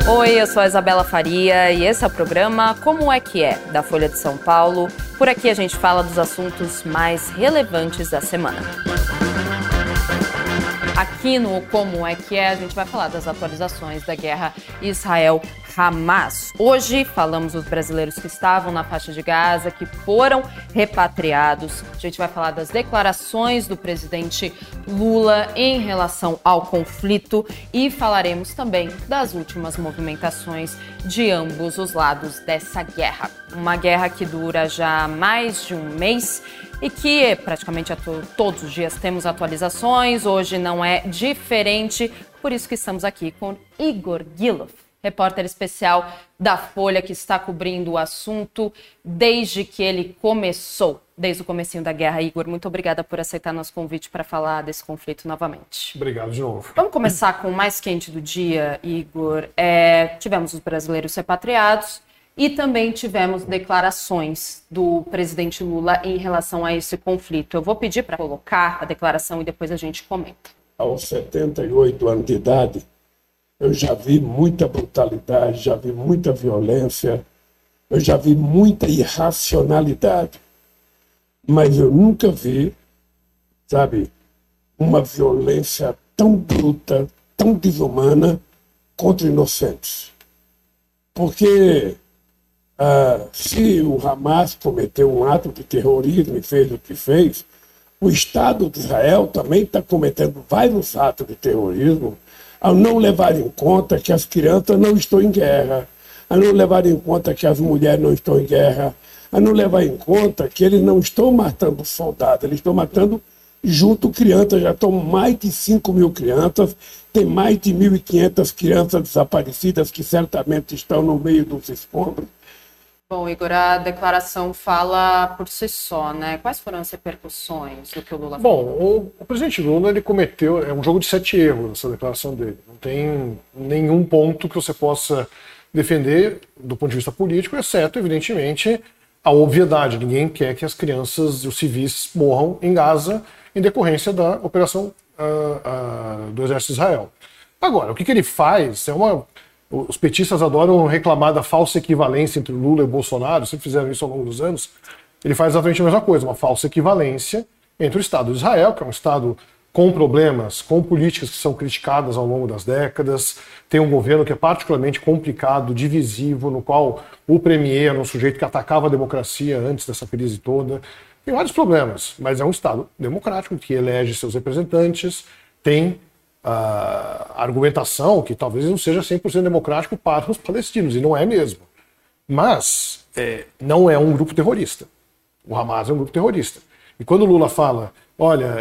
Oi, eu sou a Isabela Faria e esse é o programa Como é que é, da Folha de São Paulo. Por aqui a gente fala dos assuntos mais relevantes da semana. Aqui no Como é que é, a gente vai falar das atualizações da guerra Israel-Hamas. Hoje falamos dos brasileiros que estavam na faixa de Gaza, que foram repatriados. A gente vai falar das declarações do presidente Lula em relação ao conflito e falaremos também das últimas movimentações de ambos os lados dessa guerra. Uma guerra que dura já mais de um mês e que praticamente todos os dias temos atualizações. Hoje não é diferente, por isso que estamos aqui com Igor Gilov, repórter especial da Folha, que está cobrindo o assunto desde que ele começou, desde o comecinho da guerra. Igor, muito obrigada por aceitar nosso convite para falar desse conflito novamente. Obrigado de novo. Vamos começar com o mais quente do dia, Igor. Tivemos os brasileiros repatriados e também tivemos declarações do presidente Lula em relação a esse conflito. Eu vou pedir para colocar a declaração e depois a gente comenta. Aos 78 anos de idade, eu já vi muita brutalidade, já vi muita violência, eu já vi muita irracionalidade. Mas eu nunca vi, uma violência tão bruta, tão desumana contra inocentes. Porque se o Hamas cometeu um ato de terrorismo e fez o que fez, o Estado de Israel também está cometendo vários atos de terrorismo ao não levar em conta que as crianças não estão em guerra, a não levar em conta que as mulheres não estão em guerra, a não levar em conta que eles não estão matando soldados, eles estão matando junto crianças. Já estão mais de 5 mil crianças, tem mais de 1.500 crianças desaparecidas que certamente estão no meio dos escombros. Bom, Igor, a declaração fala por si só, né? Quais foram as repercussões do que o Lula falou? Bom, o presidente Lula, ele cometeu, um jogo de 7 erros essa declaração dele. Não tem nenhum ponto que você possa defender do ponto de vista político, exceto, evidentemente, a obviedade. Ninguém quer que as crianças e os civis morram em Gaza em decorrência da operação do Exército de Israel. Agora, o que ele faz é Os petistas adoram reclamar da falsa equivalência entre Lula e Bolsonaro, sempre fizeram isso ao longo dos anos. Ele faz exatamente a mesma coisa, uma falsa equivalência entre o Estado de Israel, que é um Estado com problemas, com políticas que são criticadas ao longo das décadas, tem um governo que é particularmente complicado, divisivo, no qual o premier era um sujeito que atacava a democracia antes dessa crise toda. Tem vários problemas, mas é um Estado democrático que elege seus representantes, tem a argumentação que talvez não seja 100% democrático para os palestinos, e não é mesmo. Mas não é um grupo terrorista. O Hamas é um grupo terrorista. E quando o Lula fala, olha,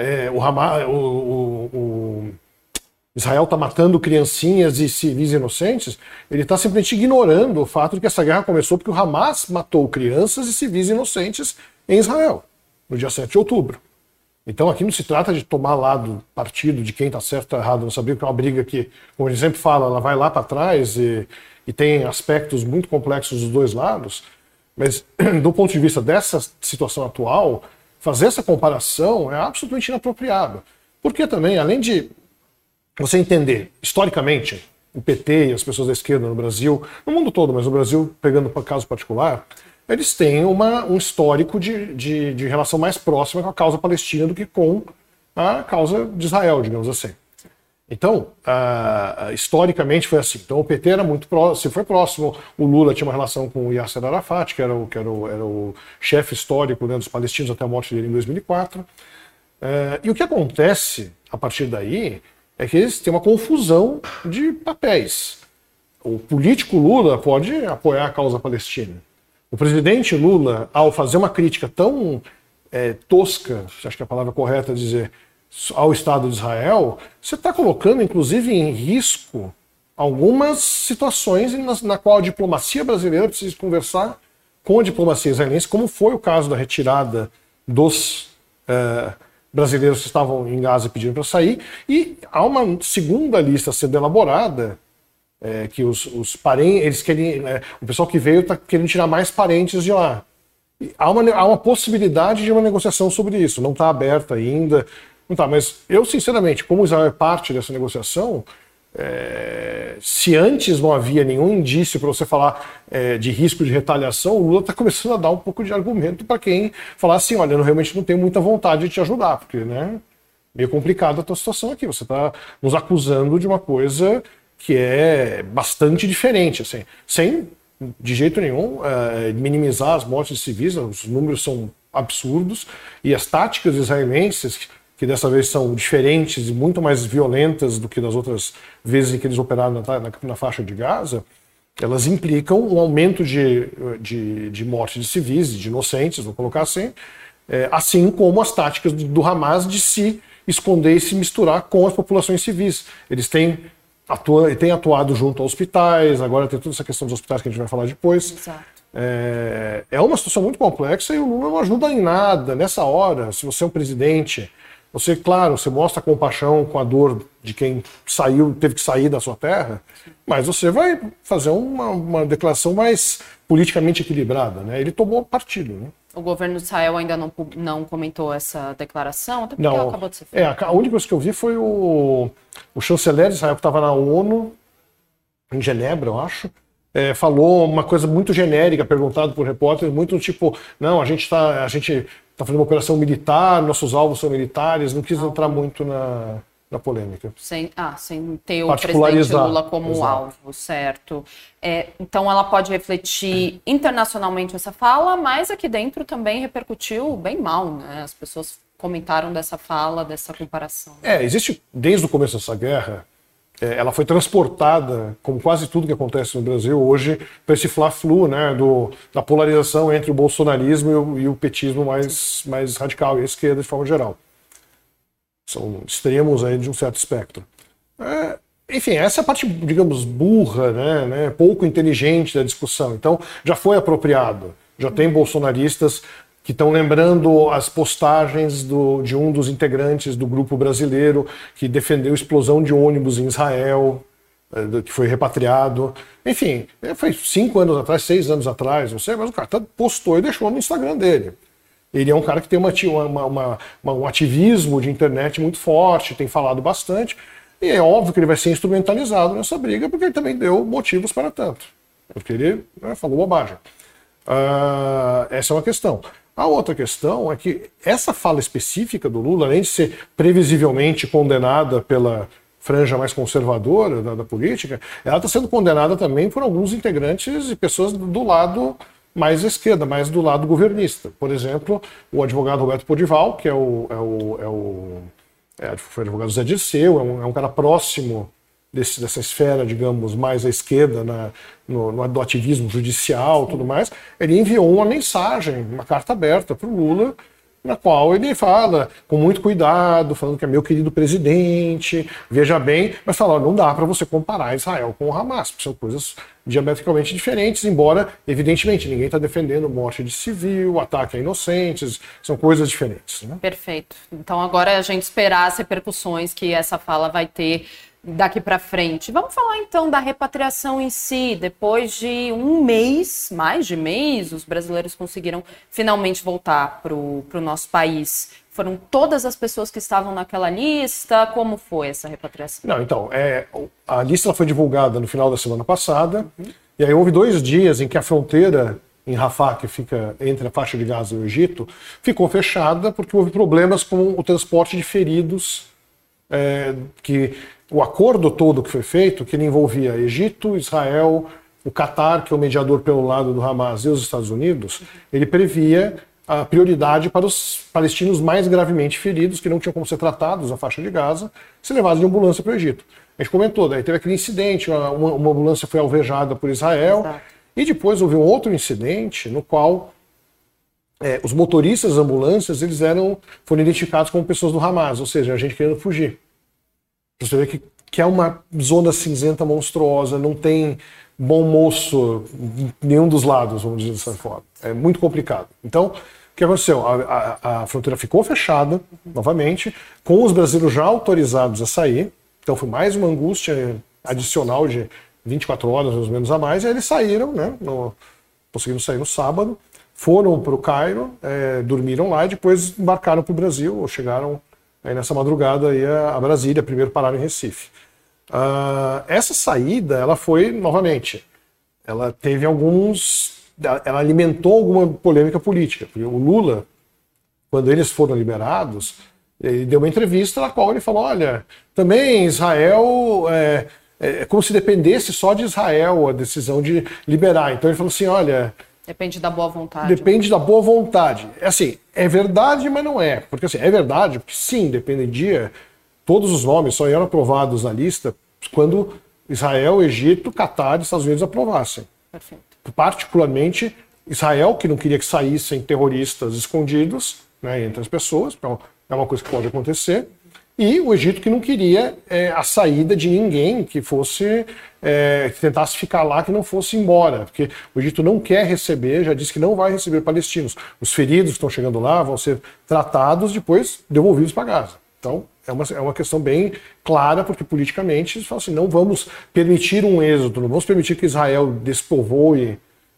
o Israel está matando criancinhas e civis inocentes, ele está simplesmente ignorando o fato de que essa guerra começou porque o Hamas matou crianças e civis inocentes em Israel, no dia 7 de outubro. Então aqui não se trata de tomar lado, partido de quem está certo ou errado, não sabia que é uma briga que, como a gente sempre fala, ela vai lá para trás e tem aspectos muito complexos dos dois lados, mas do ponto de vista dessa situação atual, fazer essa comparação é absolutamente inapropriado. Porque também, além de você entender, historicamente, o PT e as pessoas da esquerda no Brasil, no mundo todo, mas no Brasil, pegando para caso particular, eles têm um histórico de relação mais próxima com a causa palestina do que com a causa de Israel, digamos assim. Então, historicamente foi assim. Então o PT era muito próximo, se foi próximo, o Lula tinha uma relação com o Yasser Arafat, que era o chefe histórico, né, dos palestinos até a morte dele em 2004. E o que acontece a partir daí é que eles têm uma confusão de papéis. O político Lula pode apoiar a causa palestina. O presidente Lula, ao fazer uma crítica tão tosca, acho que é a palavra correta é dizer, ao Estado de Israel, você está colocando, inclusive, em risco algumas situações na qual a diplomacia brasileira precisa conversar com a diplomacia israelense, como foi o caso da retirada dos brasileiros que estavam em Gaza pedindo para sair, e há uma segunda lista sendo elaborada, que os parentes, eles querem, o pessoal que veio está querendo tirar mais parentes de lá. E há uma possibilidade de uma negociação sobre isso, não está aberta ainda, não tá, mas eu, sinceramente, como Israel é parte dessa negociação, Se antes não havia nenhum indício para você falar de risco de retaliação, o Lula está começando a dar um pouco de argumento para quem falar assim, olha, eu realmente não tenho muita vontade de te ajudar, porque, né, meio complicada a tua situação aqui, você está nos acusando de uma coisa que é bastante diferente, assim, sem, de jeito nenhum, minimizar as mortes de civis, os números são absurdos, e as táticas israelenses, que dessa vez são diferentes e muito mais violentas do que das outras vezes em que eles operaram na faixa de Gaza, elas implicam um aumento de morte de civis, de inocentes, vou colocar assim como as táticas do Hamas de se esconder e se misturar com as populações civis. Eles têm atuado junto a hospitais, agora tem toda essa questão dos hospitais que a gente vai falar depois. Exato. É uma situação muito complexa e o Lula não ajuda em nada. Nessa hora, se você é um presidente, você, claro, você mostra compaixão com a dor de quem teve que sair da sua terra, mas você vai fazer uma declaração mais politicamente equilibrada, né? Ele tomou partido, né? O governo de Israel ainda não comentou essa declaração, até porque ela acabou de ser feita. A única coisa que eu vi foi o chanceler de Israel, que estava na ONU, em Genebra, eu acho, falou uma coisa muito genérica, perguntado por repórteres, muito tipo, não, a gente tá fazendo uma operação militar, nossos alvos são militares, não quis entrar muito na polêmica. Sem ter o presidente Lula como Exato. alvo, certo? Então ela pode refletir internacionalmente essa fala, mas aqui dentro também repercutiu bem mal, né? As pessoas comentaram dessa fala, dessa comparação. Existe, desde o começo dessa guerra, ela foi transportada, como quase tudo que acontece no Brasil hoje, para esse fla-flu, né, da polarização entre o bolsonarismo e o petismo mais radical e a esquerda de forma geral. São extremos aí de um certo espectro. Enfim, essa é a parte, digamos, burra, né, pouco inteligente da discussão. Então, já foi apropriado. Já tem bolsonaristas que estão lembrando as postagens de um dos integrantes do grupo brasileiro que defendeu a explosão de ônibus em Israel, que foi repatriado. Enfim, foi 5 anos atrás, 6 anos atrás, não sei, mas o cara postou e deixou no Instagram dele. Ele é um cara que tem um ativismo de internet muito forte, tem falado bastante, e é óbvio que ele vai ser instrumentalizado nessa briga, porque ele também deu motivos para tanto. Porque ele falou bobagem. Essa é uma questão. A outra questão é que essa fala específica do Lula, além de ser previsivelmente condenada pela franja mais conservadora da política, ela está sendo condenada também por alguns integrantes e pessoas do lado mais à esquerda, mais do lado governista. Por exemplo, o advogado Roberto Podival, que foi advogado Zé Dirceu, é um cara próximo dessa esfera, digamos, mais à esquerda do ativismo judicial e tudo mais. Ele enviou uma mensagem, uma carta aberta para o Lula, na qual ele fala com muito cuidado, falando que é meu querido presidente, veja bem, mas fala, não dá para você comparar Israel com o Hamas, porque são coisas diametricamente diferentes, embora, evidentemente, ninguém está defendendo morte de civil, ataque a inocentes, são coisas diferentes. Né? Perfeito. Então agora a gente esperar as repercussões que essa fala vai ter daqui para frente. Vamos falar então da repatriação em si. Depois de um mês, mais de mês, os brasileiros conseguiram finalmente voltar para o nosso país. Foram todas as pessoas que estavam naquela lista? Como foi essa repatriação? Não, então, a lista foi divulgada no final da semana passada, e aí houve 2 dias em que a fronteira em Rafah, que fica entre a faixa de Gaza e o Egito, ficou fechada porque houve problemas com o transporte de feridos, que o acordo todo que foi feito, que ele envolvia Egito, Israel, o Catar, que é o mediador pelo lado do Hamas, e os Estados Unidos, ele previa a prioridade para os palestinos mais gravemente feridos, que não tinham como ser tratados na faixa de Gaza, ser levados de ambulância para o Egito. A gente comentou, daí teve aquele incidente, uma ambulância foi alvejada por Israel, Exato. E depois houve um outro incidente no qual os motoristas das ambulâncias foram identificados como pessoas do Hamas, ou seja, a gente querendo fugir. Você vê que é uma zona cinzenta monstruosa, não tem bom moço em nenhum dos lados, vamos dizer dessa forma. É muito complicado. Então, o que aconteceu? A fronteira ficou fechada, novamente, com os brasileiros já autorizados a sair. Então foi mais uma angústia adicional de 24 horas, mais ou menos, a mais, e aí eles saíram, né? Conseguiram sair no sábado, foram para o Cairo, dormiram lá e depois embarcaram para o Brasil, ou chegaram aí nessa madrugada aí a Brasília, primeiro pararam em Recife. Essa saída, ela foi, novamente, ela teve ela alimentou alguma polêmica política. Porque o Lula, quando eles foram liberados, ele deu uma entrevista na qual ele falou, olha, também Israel é como se dependesse só de Israel a decisão de liberar. Então ele falou assim, olha... Depende da boa vontade. Depende da boa vontade. Assim, é verdade, mas não é. Porque assim, é verdade, porque sim, dependia, todos os nomes só eram aprovados na lista quando Israel, Egito, Catar e Estados Unidos aprovassem. Perfeito. Particularmente Israel, que não queria que saíssem terroristas escondidos, né, entre as pessoas, então é uma coisa que pode acontecer, e o Egito, que não queria a saída de ninguém que fosse, que tentasse ficar lá, que não fosse embora, porque o Egito não quer receber, já disse que não vai receber palestinos. Os feridos que estão chegando lá vão ser tratados, depois devolvidos para Gaza. Então, é uma questão bem clara, porque politicamente eles falam assim, não vamos permitir um êxodo, não vamos permitir que Israel despovoe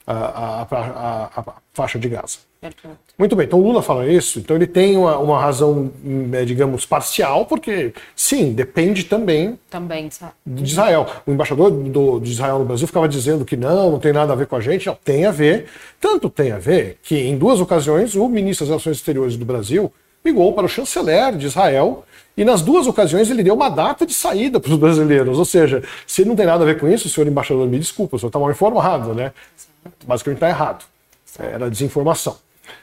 a faixa de Gaza. Perfeito. Muito bem, então o Lula fala isso, então ele tem uma razão, digamos, parcial, porque, sim, depende também de Israel. O embaixador de Israel no Brasil ficava dizendo que não tem nada a ver com a gente. Não, tem a ver. Tanto tem a ver que, em 2 ocasiões, o ministro das Relações Exteriores do Brasil ligou para o chanceler de Israel e, nas 2 ocasiões, ele deu uma data de saída para os brasileiros. Ou seja, se não tem nada a ver com isso, senhor embaixador, me desculpa, o senhor está mal informado, né? Basicamente está errado. Era desinformação.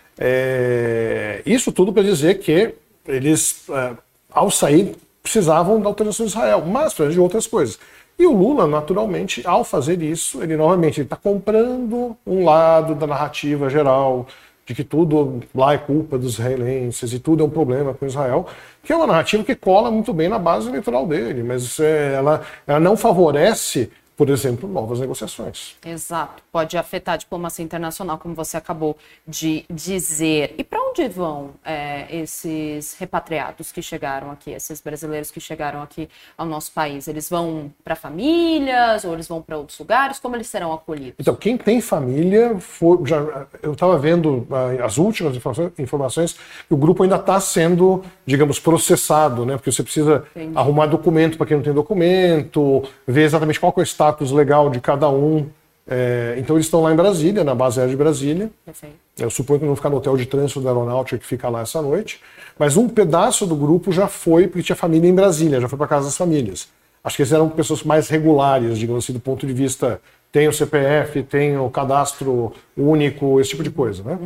Isso tudo para dizer que eles, ao sair, precisavam da autorização de Israel, mas para de outras coisas. E o Lula, naturalmente, ao fazer isso, ele novamente está comprando um lado da narrativa geral de que tudo lá é culpa dos israelenses e tudo é um problema com Israel, que é uma narrativa que cola muito bem na base eleitoral dele, mas ela não favorece, por exemplo, novas negociações. Exato. Pode afetar a diplomacia internacional, como você acabou de dizer. E para onde vão esses repatriados que chegaram aqui, esses brasileiros que chegaram aqui ao nosso país? Eles vão para famílias ou eles vão para outros lugares? Como eles serão acolhidos? Então, quem tem família, eu estava vendo as últimas informações que o grupo ainda está sendo, digamos, processado, né? Porque você precisa arrumar documento para quem não tem documento, ver exatamente qual que é o status legal de cada um. Então eles estão lá em Brasília, na base aérea de Brasília. Perfeito. Eu suponho que não vão ficar no hotel de trânsito da aeronáutica que fica lá essa noite. Mas um pedaço do grupo já foi, porque tinha família em Brasília, já foi para casa das famílias. Acho que eles eram pessoas mais regulares, digamos assim, do ponto de vista, tem o CPF, tem o cadastro único, esse tipo de coisa, né?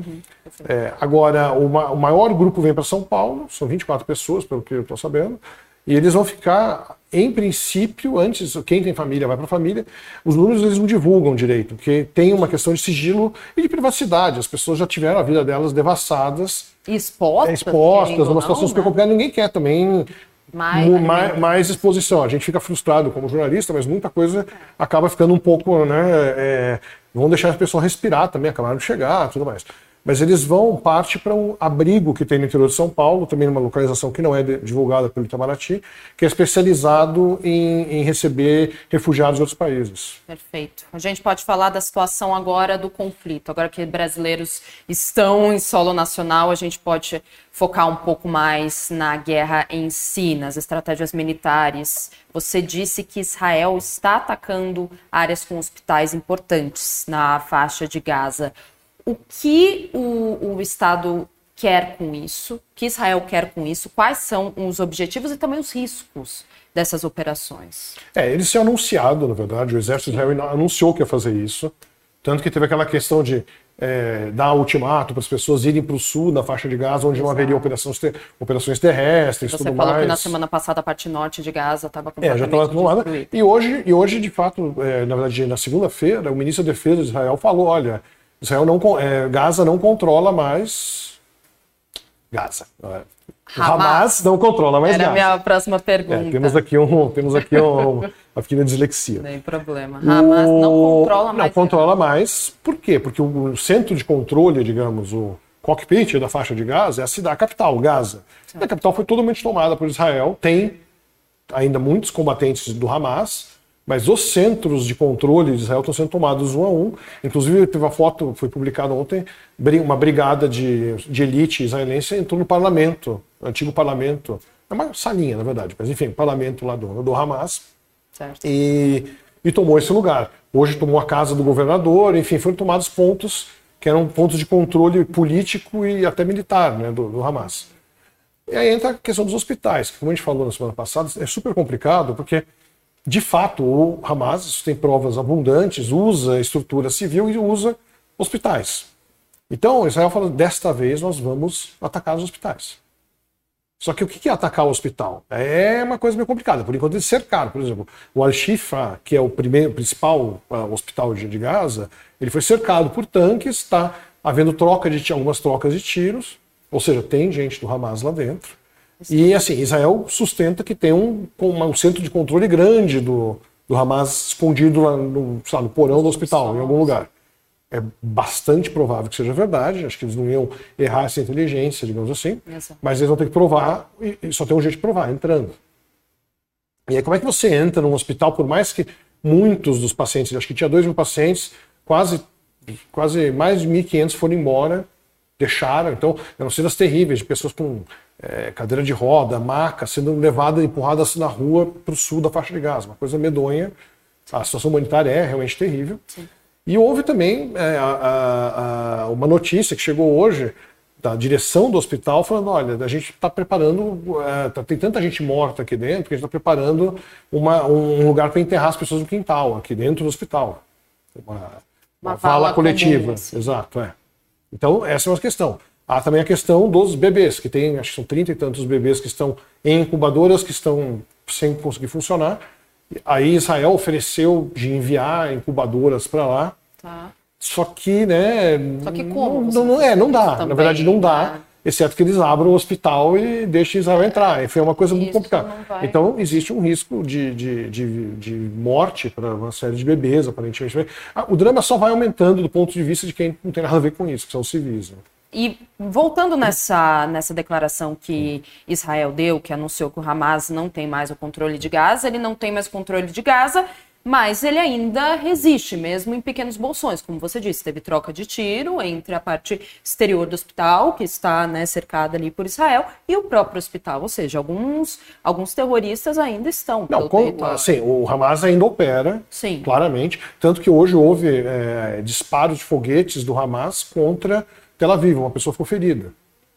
Agora, o maior grupo vem para São Paulo, são 24 pessoas, pelo que eu estou sabendo, e eles vão ficar, em princípio, antes, quem tem família vai para a família, os números eles não divulgam direito, porque tem uma questão de sigilo e de privacidade. As pessoas já tiveram a vida delas devassadas. Expostas, numa situação super complicada. Ninguém quer também mais exposição. A gente fica frustrado como jornalista, mas muita coisa acaba ficando um pouco, né? Vão deixar a pessoa respirar também, acabaram de chegar, tudo mais. Mas eles vão parte para um abrigo que tem no interior de São Paulo, também numa localização que não é divulgada pelo Itamaraty, que é especializado em receber refugiados de outros países. Perfeito. A gente pode falar da situação agora do conflito. Agora que brasileiros estão em solo nacional, a gente pode focar um pouco mais na guerra em si, nas estratégias militares. Você disse que Israel está atacando áreas com hospitais importantes na faixa de Gaza. O que o Estado quer com isso? O que Israel quer com isso? Quais são os objetivos e também os riscos dessas operações? Eles se anunciado, na verdade, o exército de Israel anunciou que ia fazer isso, tanto que teve aquela questão de dar ultimato para as pessoas irem para o sul, na faixa de Gaza, onde não haveria operações terrestres e tudo mais. Você falou que na semana passada a parte norte de Gaza estava completamente já estava tomada. E hoje, de fato, na verdade, na segunda-feira, o ministro da Defesa de Israel falou, olha, Gaza não controla mais Gaza. O Hamas não controla mais Gaza. Era a minha próxima pergunta. Temos aqui uma pequena dislexia. Não tem problema. Hamas não controla mais. Não controla mais. Por quê? Porque o centro de controle, digamos, o cockpit da faixa de Gaza é a capital, Gaza. E a capital foi totalmente tomada por Israel. Tem ainda muitos combatentes do Hamas, mas os centros de controle de Israel estão sendo tomados um a um. Inclusive, teve uma foto, foi publicada ontem, uma brigada de elite israelense entrou no parlamento, antigo parlamento, é uma salinha, na verdade, mas enfim, parlamento lá do Hamas, Certo. E tomou esse lugar. Hoje tomou a casa do governador, enfim, foram tomados pontos que eram pontos de controle político e até militar, né, do Hamas. E aí entra a questão dos hospitais, que como a gente falou na semana passada, é super complicado, porque, de fato, o Hamas, isso tem provas abundantes, usa estrutura civil e usa hospitais. Então, Israel fala, desta vez nós vamos atacar os hospitais. Só que o que é atacar o hospital? É uma coisa meio complicada. Por enquanto eles cercaram, por exemplo, o Al-Shifa, que é o principal hospital de Gaza, ele foi cercado por tanques, está havendo algumas trocas de tiros, ou seja, tem gente do Hamas lá dentro. E assim, Israel sustenta que tem um centro de controle grande do Hamas escondido lá no porão do hospital, em algum lugar. É bastante provável que seja verdade, acho que eles não iam errar essa inteligência, digamos assim, mas eles vão ter que provar, e só tem um jeito de provar, entrando. E aí como é que você entra num hospital, por mais que muitos dos pacientes, acho que tinha 2.000 pacientes, quase mais de 1.500 foram embora, deixaram, então eram cenas terríveis, de pessoas com cadeira de roda, maca, sendo levadas e empurradas na rua para o sul da faixa de Gaza, uma coisa medonha, a situação humanitária é realmente terrível. Sim. E houve também uma notícia que chegou hoje da direção do hospital falando, olha, a gente está preparando, tem tanta gente morta aqui dentro que a gente está preparando um lugar para enterrar as pessoas no quintal, aqui dentro do hospital. Uma vala coletiva. Comum, assim. Exato, Então, essa é uma questão. Há também a questão dos bebês, que tem, acho que são 30 e tantos bebês que estão em incubadoras, que estão sem conseguir funcionar. Aí Israel ofereceu de enviar incubadoras para lá. Tá. Só que, né? Só que como? Não dá. Também, na verdade, não dá. Exceto que eles abram o hospital e deixem Israel entrar. Foi uma coisa muito complicada. Então, existe um risco de morte para uma série de bebês, aparentemente. O drama só vai aumentando do ponto de vista de quem não tem nada a ver com isso, que são os civis. Né? E voltando nessa declaração que Israel deu, que anunciou que o Hamas não tem mais o controle de Gaza, ele não tem mais o controle de Gaza, mas ele ainda resiste, mesmo em pequenos bolsões. Como você disse, teve troca de tiro entre a parte exterior do hospital, que está cercada ali por Israel, e o próprio hospital. Ou seja, alguns terroristas ainda estão pelo território. Sim, o Hamas ainda opera, sim, claramente. Tanto que hoje houve disparos de foguetes do Hamas contra Tel Aviv, uma pessoa ficou ferida.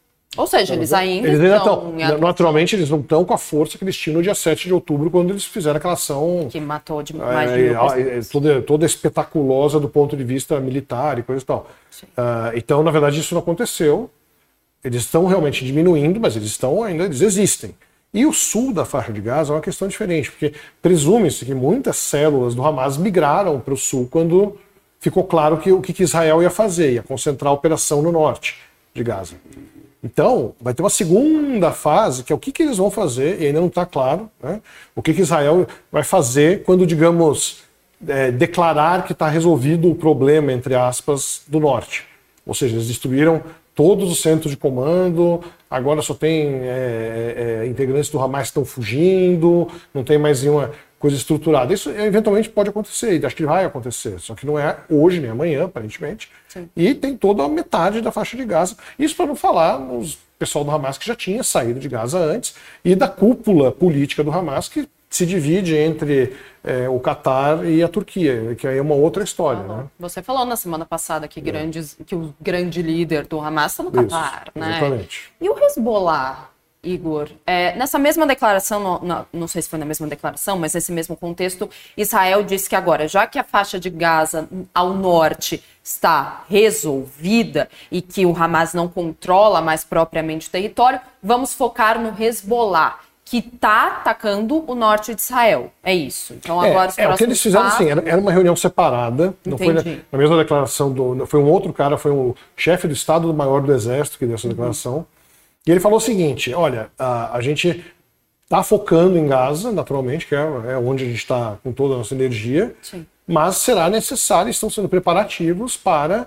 Ou seja, eles ainda estão... Naturalmente, eles não estão com a força que eles tinham no dia 7 de outubro, quando eles fizeram aquela ação... Que matou de mais de 1.000 pessoas. Toda espetaculosa do ponto de vista militar e coisa e tal. Então, na verdade, isso não aconteceu. Eles estão realmente diminuindo, mas eles existem. E o sul da faixa de Gaza é uma questão diferente, porque presume-se que muitas células do Hamas migraram para o sul quando ficou claro o que Israel ia fazer, ia concentrar a operação no norte de Gaza. Então, vai ter uma segunda fase, que é o que eles vão fazer, e ainda não está claro, né? O que Israel vai fazer quando, digamos, declarar que está resolvido o problema, entre aspas, do norte. Ou seja, eles destruíram todos os centros de comando, agora só tem integrantes do Hamas que estão fugindo, não tem mais nenhuma coisa estruturada. Isso eventualmente pode acontecer, e acho que vai acontecer, só que não é hoje nem amanhã, aparentemente. Sim. E tem toda a metade da faixa de Gaza. Isso para não falar nos pessoal do Hamas que já tinha saído de Gaza antes, e da cúpula política do Hamas, que se divide entre o Catar e a Turquia, que aí é uma outra história. Né? Você falou na semana passada que o grande líder do Hamas está no Catar, né? Exatamente. E o Hezbollah, Igor, nessa mesma declaração, não sei se foi na mesma declaração, mas nesse mesmo contexto, Israel disse que agora, já que a faixa de Gaza ao norte está resolvida e que o Hamas não controla mais propriamente o território, vamos focar no Hezbollah, que está atacando o norte de Israel. É isso. Então agora o que eles fizeram assim, era uma reunião separada, não foi na mesma declaração, foi um outro cara, foi o chefe do Estado-Maior do Exército que deu essa declaração. E ele falou o seguinte, olha, a gente está focando em Gaza, naturalmente, que é onde a gente está com toda a nossa energia, sim, mas será necessário, estão sendo preparativos para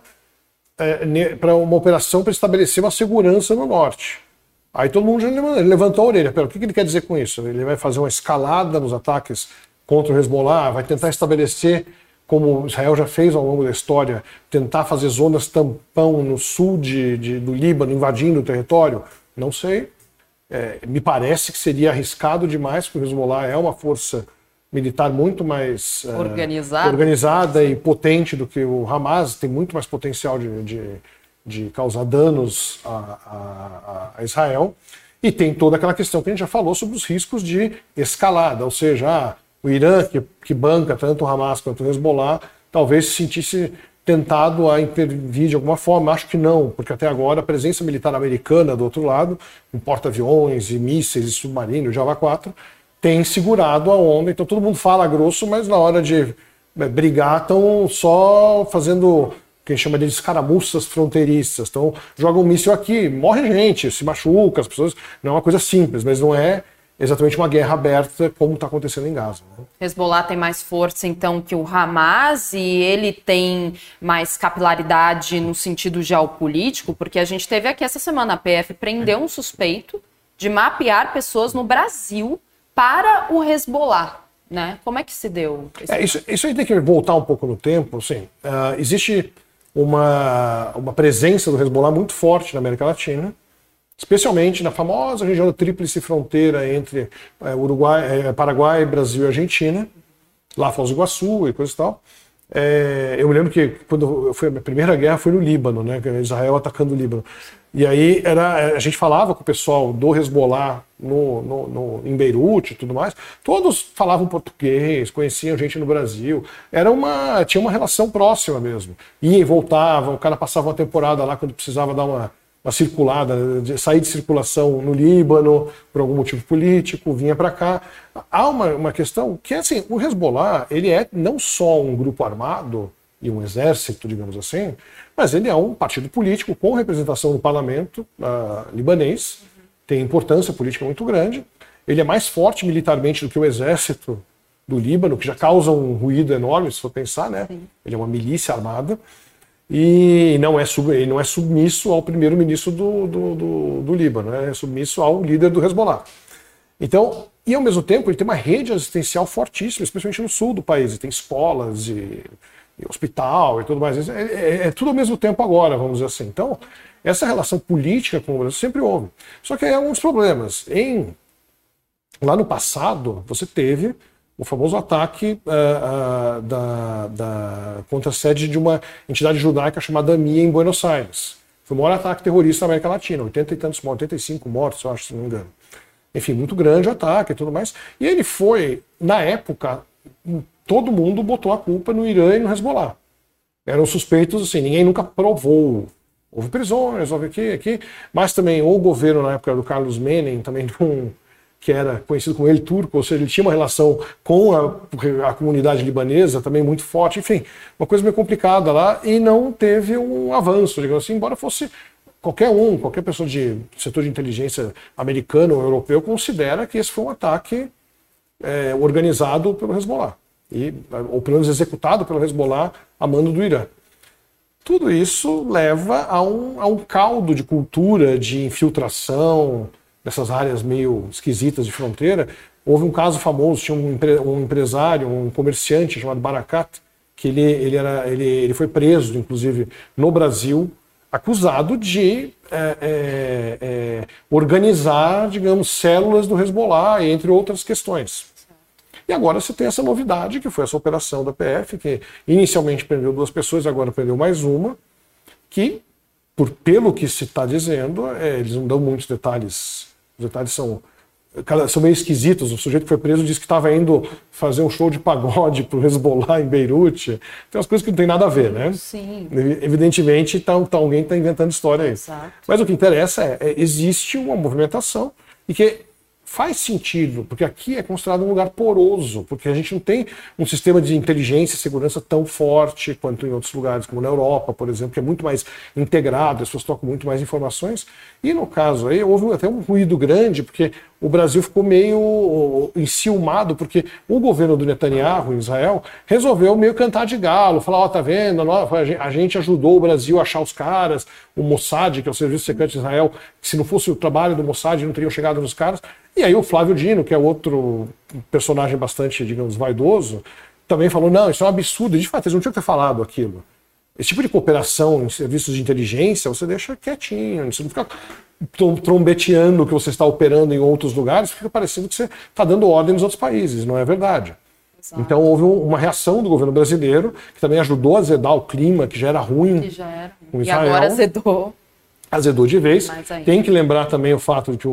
uma operação para estabelecer uma segurança no norte. Aí todo mundo já levantou a orelha. Pera, o que ele quer dizer com isso? Ele vai fazer uma escalada nos ataques contra o Hezbollah, vai tentar estabelecer, como Israel já fez ao longo da história, tentar fazer zonas tampão no sul do Líbano, invadindo o território? Não sei. Me parece que seria arriscado demais, porque o Hezbollah é uma força militar muito mais organizada e potente do que o Hamas, tem muito mais potencial de causar danos a Israel. E tem toda aquela questão que a gente já falou sobre os riscos de escalada, ou seja, o Irã, que banca tanto o Hamas quanto o Hezbollah, talvez se sentisse tentado a intervir de alguma forma. Acho que não, porque até agora a presença militar americana do outro lado, com porta-aviões e mísseis e submarinos, Java 4, tem segurado a onda. Então todo mundo fala grosso, mas na hora de brigar estão só fazendo que a gente chama de escaramuças fronteiriças. Então jogam um míssil aqui, morre gente, se machuca, as pessoas. Não é uma coisa simples, mas não é exatamente uma guerra aberta como está acontecendo em Gaza. Né? Hezbollah tem mais força, então, que o Hamas, e ele tem mais capilaridade no sentido geopolítico, porque a gente teve aqui essa semana, a PF prendeu um suspeito de mapear pessoas no Brasil para o Hezbollah. Né? Como é que se deu? Isso aí tem que voltar um pouco no tempo. Assim, existe uma presença do Hezbollah muito forte na América Latina, especialmente na famosa região da tríplice fronteira entre Paraguai, Brasil e Argentina, lá Foz do Iguaçu e coisa e tal. Eu me lembro que quando foi a minha primeira guerra foi no Líbano, né, Israel atacando o Líbano. E aí a gente falava com o pessoal do Hezbollah em Beirute e tudo mais, todos falavam português, conheciam gente no Brasil, tinha uma relação próxima mesmo. Ia e voltava, o cara passava uma temporada lá quando precisava dar uma circulada, sair de circulação no Líbano por algum motivo político, vinha para cá. Há uma questão que assim, o Hezbollah, ele é não só um grupo armado e um exército, digamos assim, mas ele é um partido político com representação no parlamento libanês, tem importância política muito grande, ele é mais forte militarmente do que o exército do Líbano, que já causa um ruído enorme, se for pensar, né? Sim. Ele é uma milícia armada, e ele não é submisso ao primeiro-ministro do Líbano, é submisso ao líder do Hezbollah. Então, e ao mesmo tempo ele tem uma rede assistencial fortíssima, especialmente no sul do país, ele tem escolas e hospital e tudo mais. É tudo ao mesmo tempo agora, vamos dizer assim. Então, essa relação política com o Brasil sempre houve. Só que aí há alguns problemas. Lá no passado, você teve o famoso ataque contra a sede de uma entidade judaica chamada AMIA em Buenos Aires. Foi o maior ataque terrorista na América Latina, 80 e tantos mortos, 85 mortos, eu acho, se não me engano. Enfim, muito grande o ataque e tudo mais. E ele foi, na época, todo mundo botou a culpa no Irã e no Hezbollah. Eram suspeitos, assim, ninguém nunca provou. Houve prisões, houve aqui, mas também o governo, na época do Carlos Menem, também que era conhecido como ele turco, ou seja, ele tinha uma relação com a comunidade libanesa também muito forte, enfim, uma coisa meio complicada lá, e não teve um avanço, digamos assim, embora fosse qualquer pessoa de setor de inteligência americano ou europeu considera que esse foi um ataque organizado pelo Hezbollah, ou pelo menos executado pelo Hezbollah a mando do Irã. Tudo isso leva a um caldo de cultura, de infiltração, nessas áreas meio esquisitas de fronteira. Houve um caso famoso, tinha um empresário, um comerciante chamado Barakat, que ele foi preso, inclusive, no Brasil, acusado de organizar, digamos, células do Hezbollah, entre outras questões. E agora você tem essa novidade, que foi essa operação da PF, que inicialmente prendeu 2 pessoas, agora prendeu mais uma, que, pelo que se está dizendo, eles não dão muitos detalhes. Os detalhes são meio esquisitos. O sujeito que foi preso disse que estava indo fazer um show de pagode para o Hezbollah em Beirute. Tem umas coisas que não tem nada a ver, né? Sim. Evidentemente, alguém está inventando história aí. Exato. Mas o que interessa existe uma movimentação e que faz sentido, porque aqui é considerado um lugar poroso, porque a gente não tem um sistema de inteligência e segurança tão forte quanto em outros lugares, como na Europa, por exemplo, que é muito mais integrado, as pessoas trocam muito mais informações. E no caso aí, houve até um ruído grande, porque o Brasil ficou meio enciumado, porque o governo do Netanyahu, em Israel, resolveu meio cantar de galo, falar, tá vendo, a gente ajudou o Brasil a achar os caras, o Mossad, que é o Serviço Secreto de Israel, que se não fosse o trabalho do Mossad, não teriam chegado nos caras. E aí o Flávio Dino, que é outro personagem bastante, digamos, vaidoso, também falou, não, isso é um absurdo. E de fato, eles não tinham que ter falado aquilo. Esse tipo de cooperação em serviços de inteligência, você deixa quietinho, você não fica trombeteando que você está operando em outros lugares, fica parecendo que você está dando ordem nos outros países, não é verdade. Exato. Então houve uma reação do governo brasileiro, que também ajudou a azedar o clima, que já era ruim Que já era. com E Israel. agora azedou. Azedou de vez. Mais ainda. Tem que lembrar também o fato de que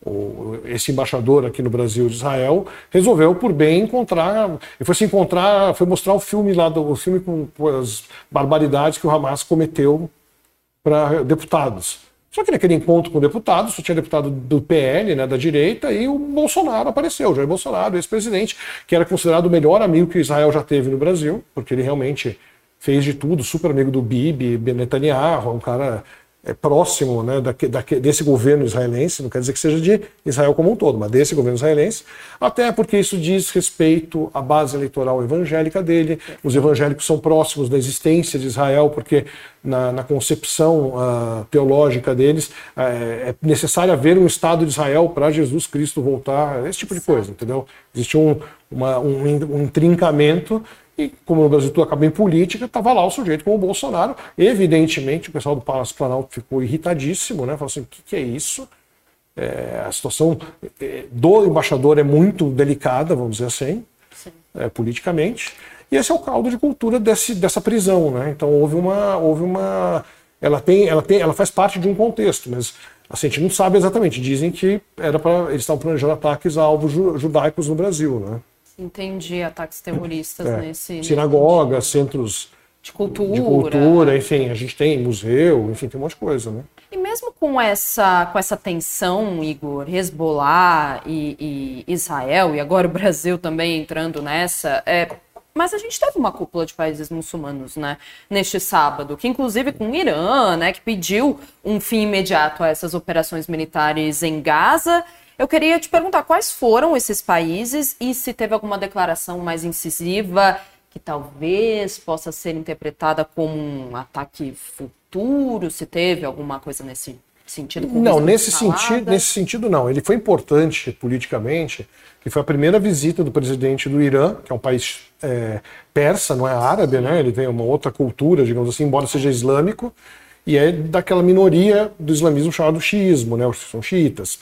esse embaixador aqui no Brasil de Israel resolveu por bem encontrar, ele foi mostrar o filme lá, o filme com as barbaridades que o Hamas cometeu para deputados. Só que naquele encontro com deputados, só tinha deputado do PL, né, da direita, e o Bolsonaro apareceu, o Jair Bolsonaro, ex-presidente, que era considerado o melhor amigo que Israel já teve no Brasil, porque ele realmente fez de tudo, super amigo do Bibi, Netanyahu, um cara próximo, né, desse governo israelense, não quer dizer que seja de Israel como um todo, mas desse governo israelense, até porque isso diz respeito à base eleitoral evangélica dele. Os evangélicos são próximos da existência de Israel, porque na concepção teológica deles é necessário haver um Estado de Israel para Jesus Cristo voltar, esse tipo de coisa, entendeu? Existe um intrincamento. E como no Brasil tudo acaba em política, estava lá o sujeito como o Bolsonaro. Evidentemente, o pessoal do Palácio Planalto ficou irritadíssimo, né? Falou assim, o que é isso? A situação do embaixador é muito delicada, vamos dizer assim, politicamente. E esse é o caldo de cultura dessa prisão, né? Então houve uma ela faz parte de um contexto, mas assim, a gente não sabe exatamente. Dizem que eles estavam planejando ataques a alvos judaicos no Brasil, né? Entendi, ataques terroristas nesse... Sinagogas, centros de cultura, enfim, a gente tem museu, enfim, tem um monte de coisa, né? E mesmo com essa tensão, Igor, Hezbollah e Israel, e agora o Brasil também entrando nessa, mas a gente teve uma cúpula de países muçulmanos, né, neste sábado, que inclusive com o Irã, né, que pediu um fim imediato a essas operações militares em Gaza. Eu queria te perguntar quais foram esses países e se teve alguma declaração mais incisiva que talvez possa ser interpretada como um ataque futuro, se teve alguma coisa nesse sentido? Não, nesse sentido não. Ele foi importante politicamente, que foi a primeira visita do presidente do Irã, que é um país persa, não é árabe, né? Ele tem uma outra cultura, digamos assim, embora seja islâmico, e é daquela minoria do islamismo chamado xiismo, né? São xiitas.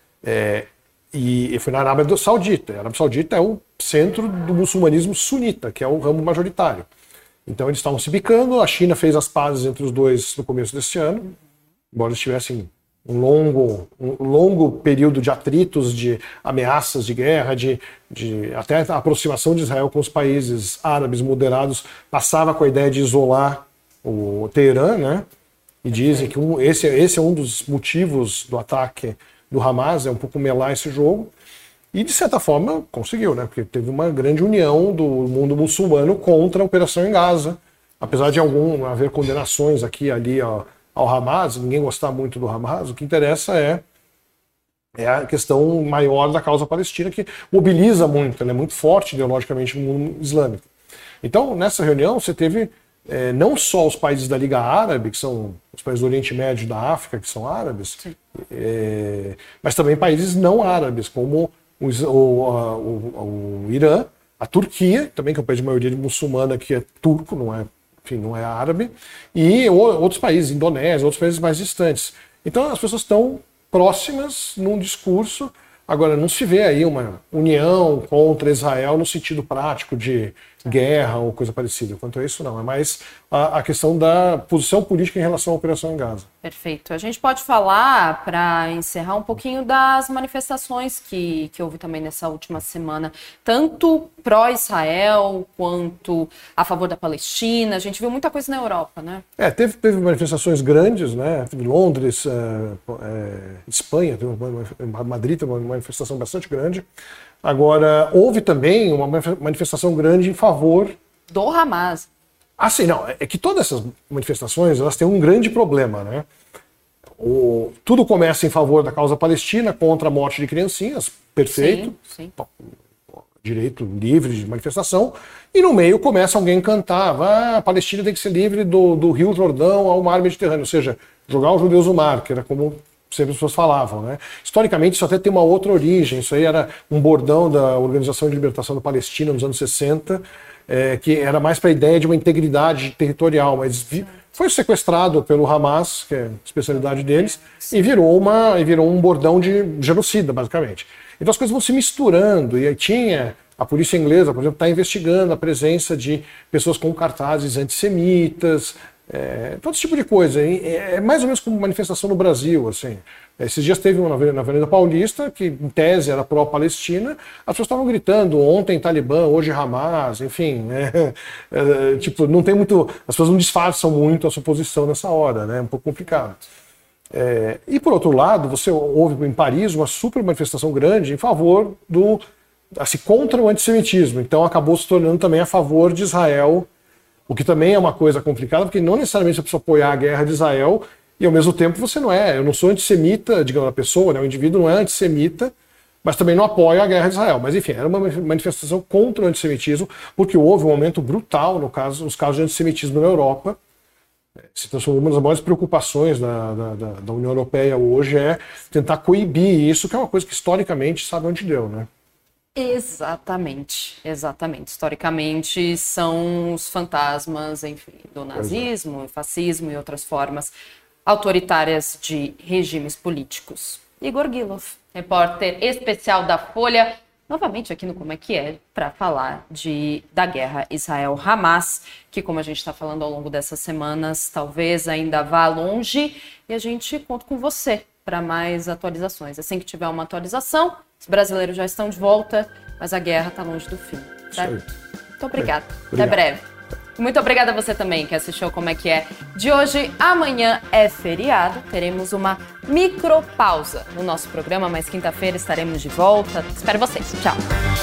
E foi na Arábia Saudita. A Arábia Saudita é o centro do muçulmanismo sunita, que é o ramo majoritário. Então eles estavam se bicando, a China fez as pazes entre os dois no começo desse ano, embora eles tivessem um longo período de atritos, de ameaças de guerra, até a aproximação de Israel com os países árabes moderados passava com a ideia de isolar o Teherã, né? E dizem que esse é um dos motivos do ataque do Hamas, é um pouco melar esse jogo, e de certa forma conseguiu, né? Porque teve uma grande união do mundo muçulmano contra a operação em Gaza, apesar de haver condenações aqui e ali ao Hamas, ninguém gostar muito do Hamas, o que interessa é a questão maior da causa palestina, que mobiliza muito, ela é muito forte ideologicamente no mundo islâmico. Então, nessa reunião, você teve não só os países da Liga Árabe, que são os países do Oriente Médio e da África, que são árabes, mas também países não árabes, como o Irã, a Turquia, também que é um país de maioria muçulmana, que é turco, não é árabe, e outros países, Indonésia, outros países mais distantes. Então as pessoas estão próximas num discurso. Agora, não se vê aí uma união contra Israel no sentido prático de guerra ou coisa parecida. Quanto a isso, não. É mais a questão da posição política em relação à operação em Gaza. Perfeito. A gente pode falar, para encerrar, um pouquinho das manifestações que houve também nessa última semana, tanto pró-Israel quanto a favor da Palestina. A gente viu muita coisa na Europa, né? Teve manifestações grandes, né? Teve Londres, Espanha, Madrid teve uma manifestação bastante grande. Agora, houve também uma manifestação grande em favor do Hamas. Assim, não, é que todas essas manifestações, elas têm um grande problema, né? Tudo começa em favor da causa palestina, contra a morte de criancinhas, perfeito. Sim. Direito livre de manifestação, e no meio começa alguém a cantar, a Palestina tem que ser livre do Rio Jordão ao mar Mediterrâneo, ou seja, jogar os judeus no mar, que era como sempre as pessoas falavam, né? Historicamente isso até tem uma outra origem, isso aí era um bordão da Organização de Libertação da Palestina nos anos 60, que era mais para a ideia de uma integridade territorial, mas foi sequestrado pelo Hamas, que é a especialidade deles, e virou um bordão de genocida, basicamente. Então as coisas vão se misturando, e aí tinha A polícia inglesa, por exemplo, está investigando a presença de pessoas com cartazes antissemitas, todo esse tipo de coisa. É mais ou menos como manifestação no Brasil, assim. Esses dias teve uma na Avenida Paulista, que em tese era pró-Palestina, as pessoas estavam gritando ontem Talibã, hoje Hamas, enfim. Tipo, não tem muito. As pessoas não disfarçam muito a sua posição nessa hora, né? É um pouco complicado. E por outro lado, você houve em Paris uma super manifestação grande em favor contra o antissemitismo. Então acabou se tornando também a favor de Israel, o que também é uma coisa complicada, porque não necessariamente você precisa apoiar a guerra de Israel e ao mesmo tempo você não é. Eu não sou antissemita, digamos, a pessoa, né? O indivíduo não é antissemita, mas também não apoia a guerra de Israel. Mas enfim, era uma manifestação contra o antissemitismo, porque houve um aumento brutal nos casos de antissemitismo na Europa. Se transformou uma das maiores preocupações da União Europeia hoje é tentar coibir isso, que é uma coisa que historicamente sabe onde deu, né? Exatamente. Historicamente são os fantasmas, enfim, do nazismo, fascismo e outras formas autoritárias de regimes políticos. Igor Guilov, repórter especial da Folha, novamente aqui no Como é que é, para falar da guerra Israel-Hamas, que, como a gente está falando ao longo dessas semanas, talvez ainda vá longe, e a gente conta com você para mais atualizações. Assim que tiver uma atualização, os brasileiros já estão de volta, mas a guerra está longe do fim. Certo? Muito obrigada. Até breve. Muito obrigada a você também que assistiu Como é que é de hoje. Amanhã é feriado, teremos uma micropausa no nosso programa, mas quinta-feira estaremos de volta. Espero vocês. Tchau.